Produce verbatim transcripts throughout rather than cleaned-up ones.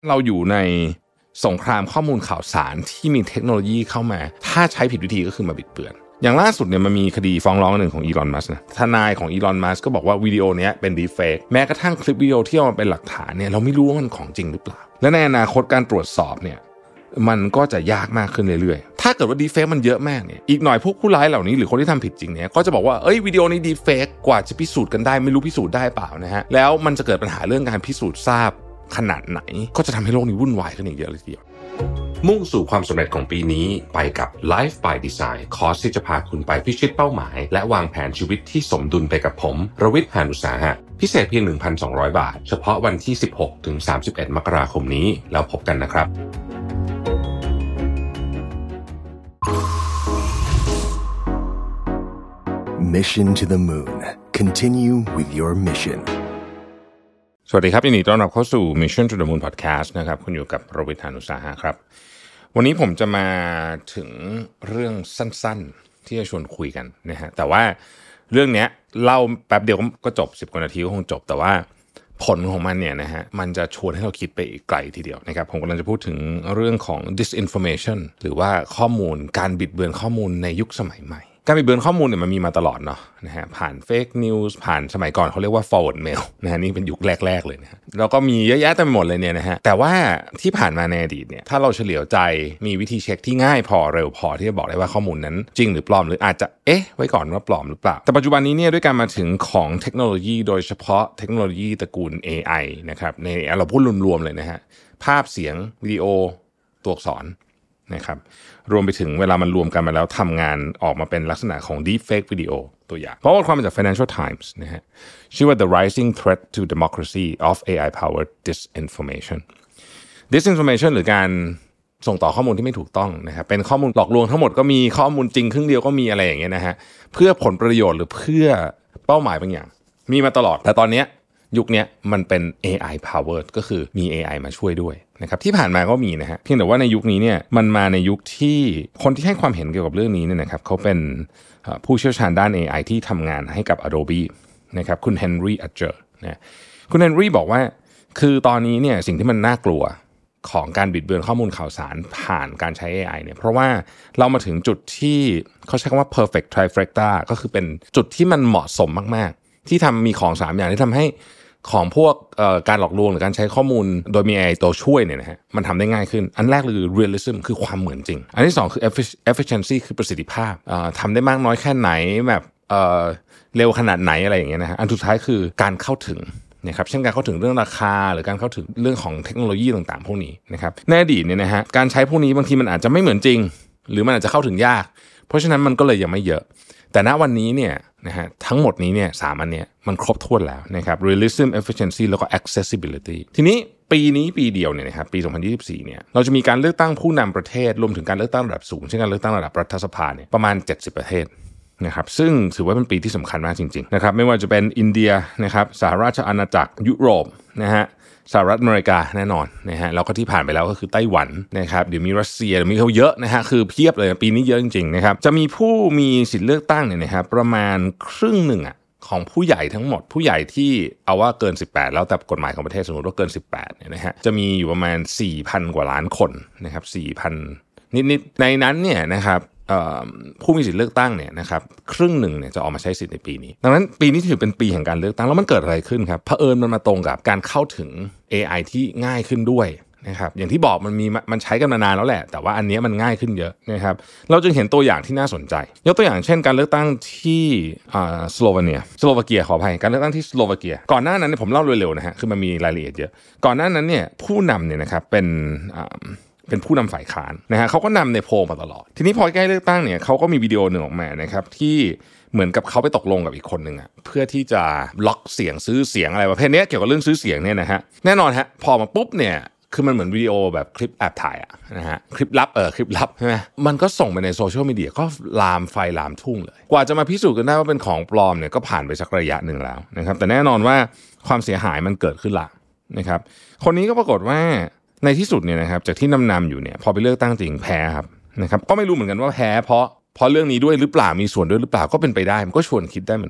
เราอยู่ในสงครามข้อมูลข่าวสารที่มีเทคโนโลยีเข้ามาถ้าใช้ผิดวิธีก็คือมาบิดเบือนอย่างล่าสุดเนี่ยมันมีคดีฟ้องร้องหนึ่งของอีลอนมัสก์นะทนายของอีลอนมัสก์ก็บอกว่าวิดีโอนี้เป็นดีเฟคแม้กระทั่งคลิปวิดีโอที่เอามาเป็นหลักฐานเนี่ยเราไม่รู้ว่ามันของจริงหรือเปล่าและในอนาคตการตรวจสอบเนี่ยมันก็จะยากมากขึ้นเรื่อยๆถ้าเกิดว่าดีเฟคมันเยอะมากเนี่ยอีกหน่อยพวกผู้ร้ายเหล่านี้หรือคนที่ทำผิดจริงเนี่ยก็จะบอกว่าเอ้ยวิดีโอนี้ดีเฟคกว่าจะพิสูจน์กันได้ไม่รู้พิสูจน์ได้เปล่านะฮะแล้วมันจะเกิดปัญหาเรื่องการพิสูจน์ทราบขนาดไหนก็จะทำให้โลกนี้วุ่นวายขึ้นอีกเยอะเลยทีเดียวมุ่งสู่ความสำเร็จของปีนี้ไปกับ Life by Design คอร์สที่จะพาคุณไปพิชิตเป้าหมายและวางแผนชีวิตที่สมดุลไปกับผมรวิทย์ หาญอุตสาหะพิเศษเพียง หนึ่งพันสองร้อย บาทเฉพาะวันที่ สิบหกถึงสามสิบเอ็ด มกราคมนี้แล้วพบกันนะครับ Mission to the Moon Continue with your mission สวัสดีครับยินดีต้อนรับเข้าสู่ Mission to the Moon Podcast นะครับคุณอยู่กับรวิทย์ หาญอุตสาหะครับวันนี้ผมจะมาถึงเรื่องสั้นๆที่จะชวนคุยกันนะฮะแต่ว่าเรื่องนี้เล่าแป๊บเดียวก็จบสิบกว่านาทีก็คงจบแต่ว่าผลของมันเนี่ยนะฮะมันจะชวนให้เราคิดไปอีกไกลทีเดียวนะครับผมกำลังจะพูดถึงเรื่องของ disinformation หรือว่าข้อมูลการบิดเบือนข้อมูลในยุคสมัยใหม่การบิดเบือนข้อมูลเนี่ยมันมีมาตลอดเนาะนะฮะผ่าน fake news ผ่านสมัยก่อนเขาเรียกว่า forward mail นะฮะนี่เป็นยุคแรกๆเลยนะฮะแล้วก็มีเยอะแยะเต็มไปหมดเลยเนี่ยนะฮะแต่ว่าที่ผ่านมาในอดีตเนี่ยถ้าเราเฉลียวใจมีวิธีเช็คที่ง่ายพอเร็วพอที่จะบอกได้ว่าข้อมูลนั้นจริงหรือปลอมหรืออาจจะเอ๊ะไว้ก่อนว่าปลอมหรือเปล่าแต่ปัจจุบันนี้เนี่ยด้วยการมาถึงของเทคโนโลยีโดยเฉพาะเทคโนโลยีตระกูล เอ ไอ นะครับในเราพูดรวมๆเลยนะฮะภาพเสียงวิดีโอตัวอักษรนะครับรวมไปถึงเวลามันรวมกันมาแล้วทำงานออกมาเป็นลักษณะของ deepfake วิดีโอตัวอย่างเพราะว่าความมาจาก Financial Times นะฮะชื่อว่า The Rising Threat to Democracy of เอ ไอ Powered Disinformation Disinformation หรือการส่งต่อข้อมูลที่ไม่ถูกต้องนะครับเป็นข้อมูลหลอกลวงทั้งหมดก็มีข้อมูลจริงครึ่งเดียวก็มีอะไรอย่างเงี้ยนะฮะเพื่อผลประโยชน์หรือเพื่อเป้าหมายบางอย่างมีมาตลอดแต่ตอนนี้ยุคนี้มันเป็น เอ ไอ powered ก็คือมี เอ ไอ มาช่วยด้วยนะครับที่ผ่านมาก็มีนะฮะเพียงแต่ว่าในยุคนี้เนี่ยมันมาในยุคที่คนที่ให้ความเห็นเกี่ยวกับเรื่องนี้เนี่ยนะครับเขาเป็นผู้เชี่ยวชาญด้าน เอ ไอ ที่ทำงานให้กับ Adobe นะครับคุณ Henry Ajder นะคุณ Henry บอกว่าคือตอนนี้เนี่ยสิ่งที่มันน่ากลัวของการบิดเบือนข้อมูลข่าวสารผ่านการใช้ เอ ไอ เนี่ยเพราะว่าเรามาถึงจุดที่เขาใช้คำว่า perfect trifecta ก็คือเป็นจุดที่มันเหมาะสมมากๆที่ทำมีของสามอย่างที่ทำให้ของพวกเอ่อการหลอกลวงหรือการใช้ข้อมูลโดยมี เอ ไอ ตัวช่วยเนี่ยนะฮะมันทำได้ง่ายขึ้นอันแรกคือ realism คือความเหมือนจริงอันที่สองคือ efficiency คือประสิทธิภาพเอ่อทำได้มากน้อยแค่ไหนแบบเอ่อเร็วขนาดไหนอะไรอย่างเงี้ยนะฮะอันสุดท้ายคือการเข้าถึงนะครับเช่นการเข้าถึงเรื่องราคาหรือการเข้าถึงเรื่องของเทคโนโลยีต่างๆพวกนี้นะครับในอดีตเนี่ยนะฮะการใช้พวกนี้บางทีมันอาจจะไม่เหมือนจริงหรือมันอาจจะเข้าถึงยากเพราะฉะนั้นมันก็เลยยังไม่เยอะแต่ณวันนี้เนี่ยนะฮะทั้งหมดนี้เนี่ยสามอันเนี้ยมันครบถ้วนแล้วนะครับ realism efficiency แล้วก็ accessibility ทีนี้ปีนี้ปีเดียวเนี่ยนะครับปีสองพันยี่สิบสี่เนี่ยเราจะมีการเลือกตั้งผู้นำประเทศรวมถึงการเลือกตั้งระดับสูงเช่นการเลือกตั้งระดับรัฐสภาเนี่ยประมาณเจ็ดสิบประเทศนะครับซึ่งถือว่าเป็นปีที่สำคัญมากจริงๆนะครับไม่ว่าจะเป็นอินเดียนะครับสหราชอาณาจักรยุโรปนะฮะสหรัฐอเมริกาแน่นอนนะฮะแล้วก็ที่ผ่านไปแล้วก็คือไต้หวันนะครับเดี๋ยวมีรัสเซียเดี๋ยวมีเขาเยอะนะฮะคือเพียบเลยปีนี้เยอะจริงๆนะครับจะมีผู้มีสิทธิ์เลือกตั้งเนี่ยนะครับประมาณครึ่งหนึ่งอ่ะของผู้ใหญ่ทั้งหมดผู้ใหญ่ที่เอาว่าเกินสิบแปดแล้วแต่กฎหมายของประเทศสมมติว่าเกินสิบแปดเนี่ยนะฮะจะมีอยู่ประมาณ สี่พัน กว่าล้านคนนะครับ สี่พัน นิดๆในนั้นเนี่ยนะครับผู้มีสิทธิ์เลือกตั้งเนี่ยนะครับครึ่งหนึ่งเนี่ยจะออกมาใช้สิทธิ์ในปีนี้ดังนั้นปีนี้ถือเป็นปีแห่งการเลือกตั้งแล้วมันเกิดอะไรขึ้นครับเผอิญมันมาตรงกับการเข้าถึง เอ ไอ ที่ง่ายขึ้นด้วยนะครับอย่างที่บอกมันมีมันใช้กันมานานแล้วแหละแต่ว่าอันนี้มันง่ายขึ้นเยอะนะครับเราจึงเห็นตัวอย่างที่น่าสนใจยกตัวอย่างเช่นการเลือกตั้งที่สโลวาเนียสโลวาเกียขออภัยการเลือกตั้งที่สโลวาเกียก่อนหน้านั้นเนี่ยผมเล่าเร็วๆนะฮะคือมันมีรายละเอียดเยอะก่อนหน้านั้นเนี่ยผู้นำเนี่ยนะครับเป็นเป็นผู้นำฝ่ายค้านนะฮะเขาก็นำในโพลมาตลอดทีนี้พอใกล้เลือกตั้งเนี่ยเขาก็มีวิดีโอหนึ่งออกมานะครับที่เหมือนกับเขาไปตกลงกับอีกคนหนึ่งอ่ะเพื่อที่จะล็อกเสียงซื้อเสียงอะไรประเภทนี้เกี่ยวกับเรื่องซื้อเสียงเนี่ยนะฮะแน่นอนฮะพอมาปุ๊บเนี่ยคือมันเหมือนวิดีโอแบบคลิปแอบถ่ายอะนะฮะคลิปลับเออคลิปลับใช่ไหมมันก็ส่งไปในโซเชียลมีเดียก็ลามไฟลามทุ่งเลยกว่าจะมาพิสูจน์กันได้ว่าเป็นของปลอมเนี่ยก็ผ่านไปสักระยะหนึ่งแล้วนะครับแต่แน่นอนว่าความเสียหายมันเกิดขึ้นละนะครับคนนี้ก็ปรากฏว่าในที่สุดเนี่ยนะครับจากที่นำๆอยู่เนี่ยพอไปเลือกตั้งจริงแพ้ครับนะครับก็ไม่รู้เหมือนกันว่าแพ้เพราะเพราะเรื่องนี้ด้วยหรือเปล่ามีส่วนด้วยหรือเปล่าก็เป็นไปได้มันก็ชวนคิดได้เหมือนกัน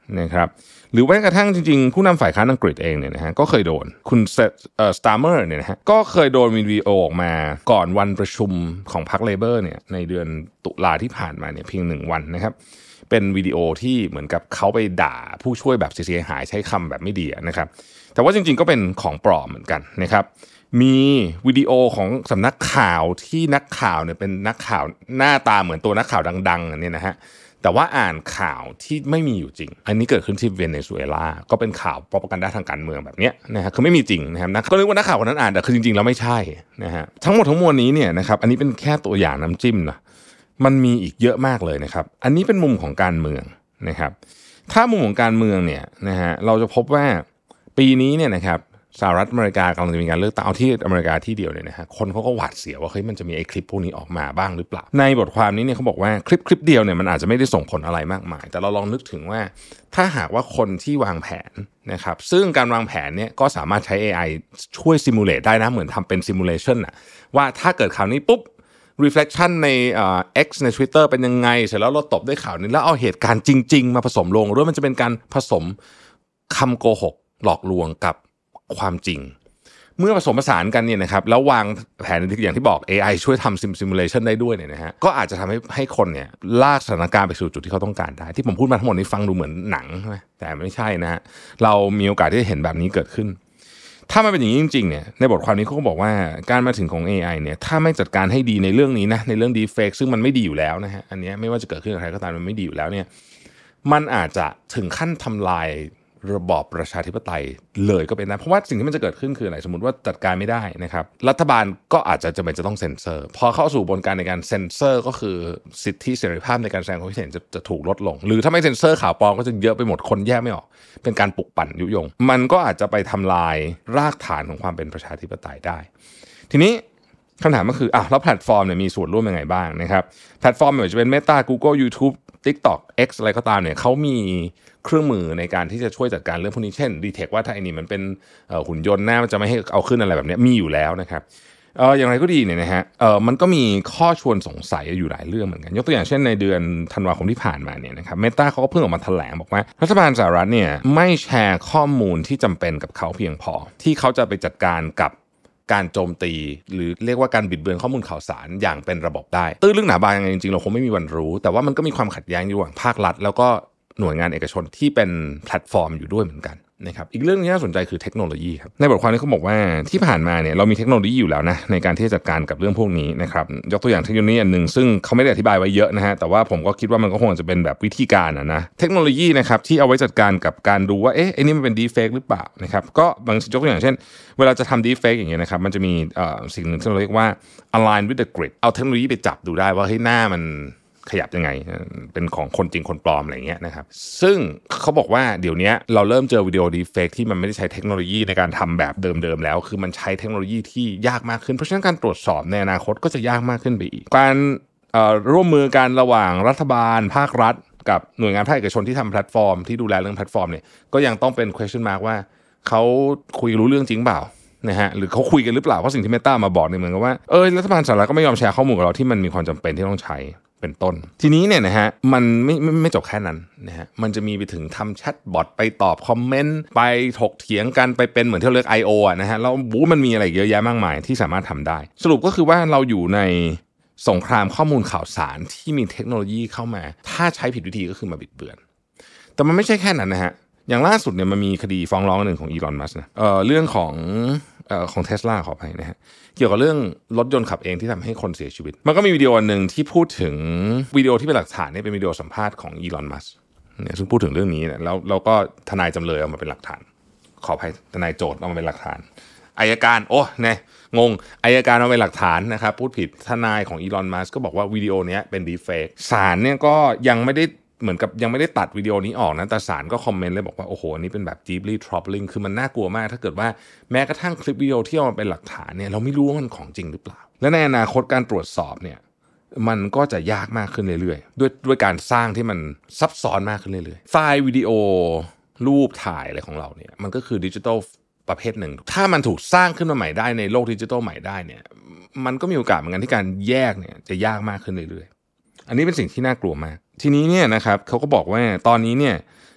นะครับหรือแม้กระทั่งจริงๆผู้นำฝ่ายค้านอังกฤษเองเนี่ยนะฮะก็เคยโดนคุณเอ่อสตาร์เมอร์เนี่ยนะฮะก็เคยโดนมีวิดีโอออกมาก่อนวันประชุมของพรรคเลเบอร์เนี่ยในเดือนตุลาที่ผ่านมาเนี่ยเพียงหนึ่งวันนะครับเป็นวิดีโอที่เหมือนกับเขาไปด่าผู้ช่วยแบบเสียหายใช้คำแบบไม่ดีนะครับแต่ว่าจริงๆก็เป็นของปลอมเหมือนกันนะครับมีวิดีโอของสำนักข่าวที่นักข่าวเนี่ยเป็นนักข่าวหน้าตาเหมือนตัวนักข่าวดังๆเนี่ยนะฮะแต่ว่าอ่านข่าวที่ไม่มีอยู่จริงอันนี้เกิดขึ้นที่เวเนซุเอลาก็เป็นข่าวโปรพากันดาทางการเมืองแบบนี้นะฮะคือไม่มีจริงนะครับนะก็นึกว่านักข่าวคนนั้นอ่านแต่คือจริงๆแล้วไม่ใช่นะฮะทั้งหมดทั้งมวลนี้เนี่ยนะครับอันนี้เป็นแค่ตัวอย่างน้ำจิ้มนะมันมีอีกเยอะมากเลยนะครับอันนี้เป็นมุมของการเมืองนะครับถ้ามุมของการเมืองเนี่ยนะฮะเราจะพบว่าปีนี้เนี่ยนะครับสหรัฐอเมริกากำลังจะมีการเลือกตั้งเอาที่อเมริกาที่เดียวเนี่ยนะฮะคนเขาก็หวาดเสียวว่าเฮ้ยมันจะมีไอ้คลิปพวกนี้ออกมาบ้างหรือเปล่าในบทความนี้เนี่ยเขาบอกว่าคลิปคลิปเดียวเนี่ยมันอาจจะไม่ได้ส่งผลอะไรมากมายแต่เราลองนึกถึงว่าถ้าหากว่าคนที่วางแผนนะครับซึ่งการวางแผนเนี่ยก็สามารถใช้ เอ ไอ ช่วยซิมูเลตได้นะเหมือนทำเป็นซิมูเลชันอะว่าถ้าเกิดข่าวนี้ปุ๊บreflection ในเอ่อ X ใน Twitter เป็นยังไงเสร็จแล้วเราตบด้วยข่าวนี้แล้วเอาเหตุการณ์จริงๆมาผสมลงหรือว่ามันจะเป็นการผสมคำโกหกหลอกลวงกับความจริงเมื่อผสมผสานกันเนี่ยนะครับแล้ววางแผนอย่างที่บอก เอ ไอ ช่วยทำ simulation ได้ด้วยเนี่ยนะฮะก็อาจจะทำให้ให้คนเนี่ยลากสถานการณ์ไปสู่จุดที่เขาต้องการได้ที่ผมพูดมาทั้งหมดนี้ฟังดูเหมือนหนังใช่ไหมแต่ไม่ใช่นะฮะเรามีโอกาสที่จะเห็นแบบนี้เกิดขึ้นถ้ามันเป็นอย่างนี้จริงๆเนี่ยในบทความนี้เขาก็บอกว่าการมาถึงของ เอ ไอ เนี่ยถ้าไม่จัดการให้ดีในเรื่องนี้นะในเรื่อง deepfake ซึ่งมันไม่ดีอยู่แล้วนะฮะอันนี้ไม่ว่าจะเกิดขึ้นกับใครก็ตามมันไม่ดีอยู่แล้วเนี่ยมันอาจจะถึงขั้นทำลายระบอบประชาธิปไตยเลยก็เป็นได้เพราะว่าสิ่งที่มันจะเกิดขึ้นคืออะไรสมมติว่าจัดการไม่ได้นะครับรัฐบาลก็อาจจะจำเป็นจะต้องเซ็นเซอร์พอเข้าสู่กระบวนการในการเซ็นเซอร์ก็คือสิทธิเสรีภาพในการแสดงความคิดเห็นจะจะถูกลดลงหรือถ้าไม่เซ็นเซอร์ข่าวปลอมก็จะเยอะไปหมดคนแยกไม่ออกเป็นการปลุกปั่นยุยงมันก็อาจจะไปทำลายรากฐานของความเป็นประชาธิปไตยได้ทีนี้คำถามก็คืออ้าวแล้วแพลตฟอร์มเนี่ยมีส่วนร่วมยังไงบ้างนะครับแพลตฟอร์มไม่ว่าจะเป็น Meta Google YouTube TikTok X อะไรก็ตามเนี่ยเขามีเครื่องมือในการที่จะช่วยจัดการเรื่องพวกนี้เช่น detect ว่าถ้าไอ้นี่มันเป็นหุ่นยนต์หน้ามันจะไม่ให้เอาขึ้นอะไรแบบนี้มีอยู่แล้วนะครับเอออย่างไรก็ดีเนี่ยนะฮะเออมันก็มีข้อชวนสงสัยอยู่หลายเรื่องเหมือนกันยกตัวอย่างเช่นในเดือนธันวาคมที่ผ่านมาเนี่ยนะครับ Meta เขาก็เพิ่งออกมาแถลงบอกว่ารัฐบาลสหรัฐเนี่ยไม่แชร์ข้อมูลที่จำเป็นกับเขาเพียงพอที่เขาจะไปจัดการกับการโจมตีหรือเรียกว่าการบิดเบือนข้อมูลข่าวสารอย่างเป็นระบบได้ตื้นลึกหนาบางยังไงจริงๆเราคงไม่มีวันรู้แต่ว่ามันก็มีความขัดแย้งระหว่างภาครัฐแล้วก็หน่วยงานเอกชนที่เป็นแพลตฟอร์มอยู่ด้วยเหมือนกันนะครับอีกเรื่องที่น่าสนใจคือเทคโนโลยีครับในบทความนี้เขาบอกว่าที่ผ่านมาเนี่ยเรามีเทคโนโลยีอยู่แล้วนะในการที่จะจัดการกับเรื่องพวกนี้นะครับยกตัวอย่างเทคโนโลยีอันหนึ่งซึ่งเขาไม่ได้อธิบายไว้เยอะนะฮะแต่ว่าผมก็คิดว่ามันก็คงจะเป็นแบบวิธีการนะเทคโนโลยีนะครับที่เอาไว้จัดการกับการดูว่าเอ๊ะไอ้นี่มันเป็น deepfake หรือเปล่านะครับก็บางยกตัวอย่างเช่นเวลาจะทำ deepfake อย่างเงี้ยนะครับมันจะมีสิ่งหนึ่งที่เราเรียกว่า align with the grid เอาเทคโนโลยีไปจับดูได้ว่าเฮ้ยหน้ามันขยับยังไงเป็นของคนจริงคนปลอมอะไรเงี้ยนะครับซึ่งเขาบอกว่าเดี๋ยวนี้เราเริ่มเจอวิดีโอดีเฟคที่มันไม่ได้ใช้เทคโนโลยีในการทำแบบเดิมๆแล้วคือมันใช้เทคโนโลยีที่ยากมากขึ้นเพราะฉะนั้นการตรวจสอบในอนาคตก็จะยากมากขึ้นไปอีกการร่วมมือกันระหว่างรัฐบาลภาครัฐกับหน่วยงานภาคเอกชนที่ทำแพลตฟอร์มที่ดูแลเรื่องแพลตฟอร์มเนี่ยก็ยังต้องเป็น question mark ว่าเขาคุยรู้เรื่องจริงเปล่านะฮะหรือเขาคุยกันหรือเปล่าเพราะสิ่งที่ Meta มาบอกเนี่ยเหมือนกับว่าเออรัฐบาลสหรัฐก็ไม่ยอมแชร์ข้อมูลกับเราที่มันมีความจำเป็นที่ต้องใช้เป็นต้นทีนี้เนี่ยนะฮะมันไม่ไม่ไม่จบแค่นั้นนะฮะมันจะมีไปถึงทำแชทบอทไปตอบคอมเมนต์ไปถกเถียงกันไปเป็นเหมือนที่เราเรียก ไอ โอ อ่ะนะฮะแล้วบู๊มันมีอะไรเยอะแยะมากมายที่สามารถทำได้สรุปก็คือว่าเราอยู่ในสงครามข้อมูลข่าวสารที่มีเทคโนโลยีเข้ามาถ้าใช้ผิดวิธีก็คือมาบิดเบือนแต่มันไม่ใช่แค่นั้นนะฮะอย่างล่าสุดเนี่ยมันมีคดีฟ้องร้องหนึ่งของอีลอนมัสก์นะเอ่อเรื่องของเอ่อของ Tesla ขออภัยนะฮะเกี่ยวกับเรื่องรถยนต์ขับเองที่ทำให้คนเสียชีวิตมันก็มีวิดีโออันนึงที่พูดถึงวิดีโอที่เป็นหลักฐานเนี่ยเป็นวิดีโอสัมภาษณ์ของอีลอนมัสก์เนี่ยซึ่งพูดถึงเรื่องนี้เนี่ยแล้วเราก็ทนายจำเลยเอามาเป็นหลักฐานขออภัยทนายโจทย์เอามาเป็นหลักฐานอัยการโอ้เนี่ยงงอัยการเอาเป็นหลักฐานนะครับพูดผิดทนายของอีลอนมัสก์ก็บอกว่าวิดีโอนี้เป็นดีเฟคศาลเนี่ยก็ยังไม่ได้เหมือนกับยังไม่ได้ตัดวิดีโอนี้ออกนะแต่ศาลก็คอมเมนต์เลยบอกว่าโอ้โหอันนี้เป็นแบบ deeply troubling คือมันน่ากลัวมากถ้าเกิดว่าแม้กระทั่งคลิปวิดีโอที่เอามาเป็นหลักฐานเนี่ยเราไม่รู้ว่ามันของจริงหรือเปล่าและในอนาคตการตรวจสอบเนี่ยมันก็จะยากมากขึ้นเรื่อยๆด้วยด้วยการสร้างที่มันซับซ้อนมากขึ้นเรื่อยๆไฟล์วิดีโอรูปถ่ายอะไรของเราเนี่ยมันก็คือดิจิทัลประเภทหนึ่งถ้ามันถูกสร้างขึ้นมาใหม่ได้ในโลกดิจิทัลใหม่ได้เนี่ยมันก็มีโอกาสเหมือนกันที่การแยกเนี่ยจะยากมากขึ้นเรื่อยๆอันนี้เป็นสิ่งที่น่ากลัวมากทีนี้เนี่ยนะครับเขาก็บอกว่าตอนนี้เนี่ย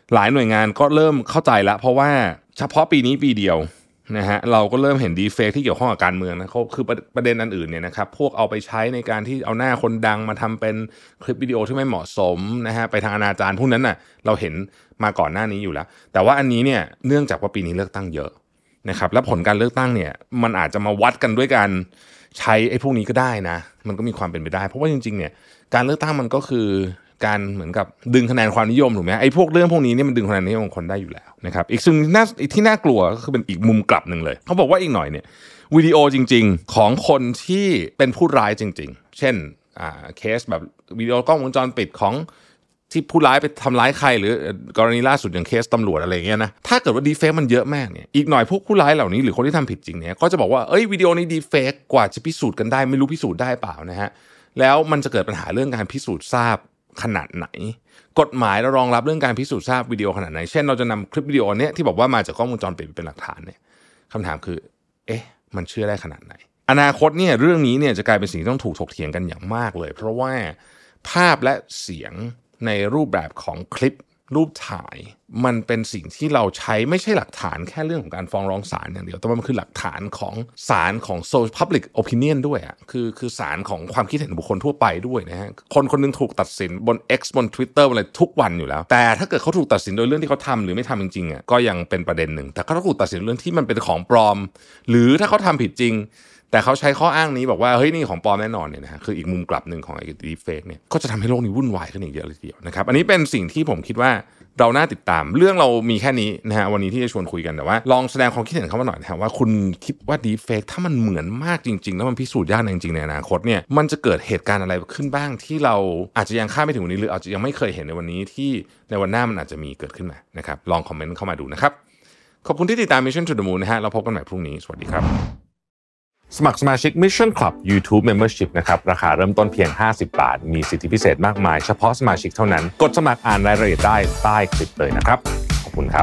หลายหน่วยงานก็เริ่มเข้าใจแล้วเพราะว่าเฉพาะปีนี้ปีเดียวนะฮะเราก็เริ่มเห็นดีเฟคที่เกี่ยวข้องกับการเมืองนะเขาคือประเด็นอันอื่นเนี่ยนะครับพวกเอาไปใช้ในการที่เอาหน้าคนดังมาทำเป็นคลิปวิดีโอที่ไม่เหมาะสมนะฮะไปทางอนาจารพวกนั้นน่ะเราเห็นมาก่อนหน้านี้อยู่แล้วแต่ว่าอันนี้เนี่ยเนื่องจากว่าปีนี้เลือกตั้งเยอะนะครับและผลการเลือกตั้งเนี่ยมันอาจจะมาวัดกันด้วยการใช้ไอ้พวกนี้ก็ได้นะมันก็มีความเป็นไปได้เพราะว่าจริงๆเนี่ยการเลือกตั้งมันก็คือการเหมือนกับดึงคะแนนความนิยมถูกไหมไอ้พวกเรื่องพวกนี้เนี่ยมันดึงคะแนนนิยมของคนได้อยู่แล้วนะครับอีกสิ่งน่าที่น่ากลัวก็คือเป็นอีกมุมกลับหนึ่งเลยเขาบอกว่าอีกหน่อยเนี่ยวิดีโอจริงๆของคนที่เป็นผู้ร้ายจริงๆเช่นอ่าเคสแบบวิดีโอกล้องวงจรปิดของที่ผู้ร้ายไปทำร้ายใครหรือกรณีล่าสุดอย่างเคสตำรวจอะไรอย่างเงี้ยนะถ้าเกิดว่าดีเฟคมันเยอะมากเนี่ยอีกหน่อยพวกผู้ร้ายเหล่านี้หรือคนที่ทำผิดจริงเนี่ยก็จะบอกว่าเอ้ยวิดีโอนี้ดีเฟคกว่าจะพิสูจน์กันได้ไม่รู้พิสูจน์ได้เปล่านะฮะแล้วมันจะเกิดปัญหาเรื่องการพิสูจน์ทราบขนาดไหนกฎหมายเรารองรับเรื่องการพิสูจน์ทราบวิดีโอขนาดไหนเช่นเราจะนำคลิปวิดีโอเนี้ยที่บอกว่ามาจากกล้องวงจรปิดเป็นหลักฐานเนี่ยคำถามคือเอ๊ะมันเชื่อได้ขนาดไหนอนาคตเนี่ยเรื่องนี้เนี่ยจะกลายเป็นสิ่งที่ต้องถูกถกเถียงกันอย่างมากเลยเพราะว่าภาพและเสียงในรูปแบบของคลิปรูปถ่ายมันเป็นสิ่งที่เราใช้ไม่ใช่หลักฐานแค่เรื่องของการฟ้องร้องศาลอย่างเดียวแต่มันคือหลักฐานของศาลของ social public opinion ด้วยอ่ะคือคือศาลของความคิดเห็นบุคคลทั่วไปด้วยนะฮะคนคนนึงถูกตัดสินบน X บน Twitter อะไรทุกวันอยู่แล้วแต่ถ้าเกิดเขาถูกตัดสินโดยเรื่องที่เขาทำหรือไม่ทำจริงๆอ่ะก็ยังเป็นประเด็นหนึ่งแต่เขาถูกตัดสินเรื่องที่มันเป็นของปลอมหรือถ้าเขาทำผิดจริงแต่เขาใช้ข้ออ้างนี้บอกว่าเฮ้ยนี่ของปลอมแน่นอนเนี่ยนะฮะคืออีกมุมกลับหนึ่งของไอ้ดีเฟคเนี่ยก็จะทำให้โลกนี้วุ่นวายขึ้นอีกเยอะเลยทีเดียวนะครับอันนี้เป็นสิ่งที่ผมคิดว่าเราน่าติดตามเรื่องเรามีแค่นี้นะฮะวันนี้ที่จะชวนคุยกันแต่ว่าลองแสดงความคิดเห็นเข้ามาหน่อยนะว่าคุณคิดว่าดีเฟคถ้ามันเหมือนมากจริงๆแล้วมันพิสูจน์ยากจริงๆในอนาคตเนี่ยมันจะเกิดเหตุการณ์อะไรขึ้นบ้างที่เราอาจจะยังคาดไม่ถึงวันนี้หรืออาจจะยังไม่เคยเห็นในวันนี้ที่ในวันหน้ามันอาจจะมีเกิดขึ้นมานะครับลองคอมเมนต์เข้ามาดูนะครับขอบคุณที่ติดตาม Mission to the Moon นะฮะเราพบกันใหม่พรุ่งนี้สวัสดีครับสมัครสมาชิก Mission Club YouTube Membership นะครับราคาเริ่มต้นเพียงห้าสิบบาทมีสิทธิพิเศษมากมายเฉพาะสมาชิกเท่านั้นกดสมัครอ่านรายละเอียดได้ใต้คลิปเลยนะครับขอบคุณครับ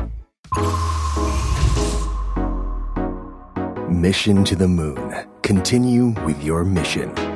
Mission to the Moon. Continue with your mission.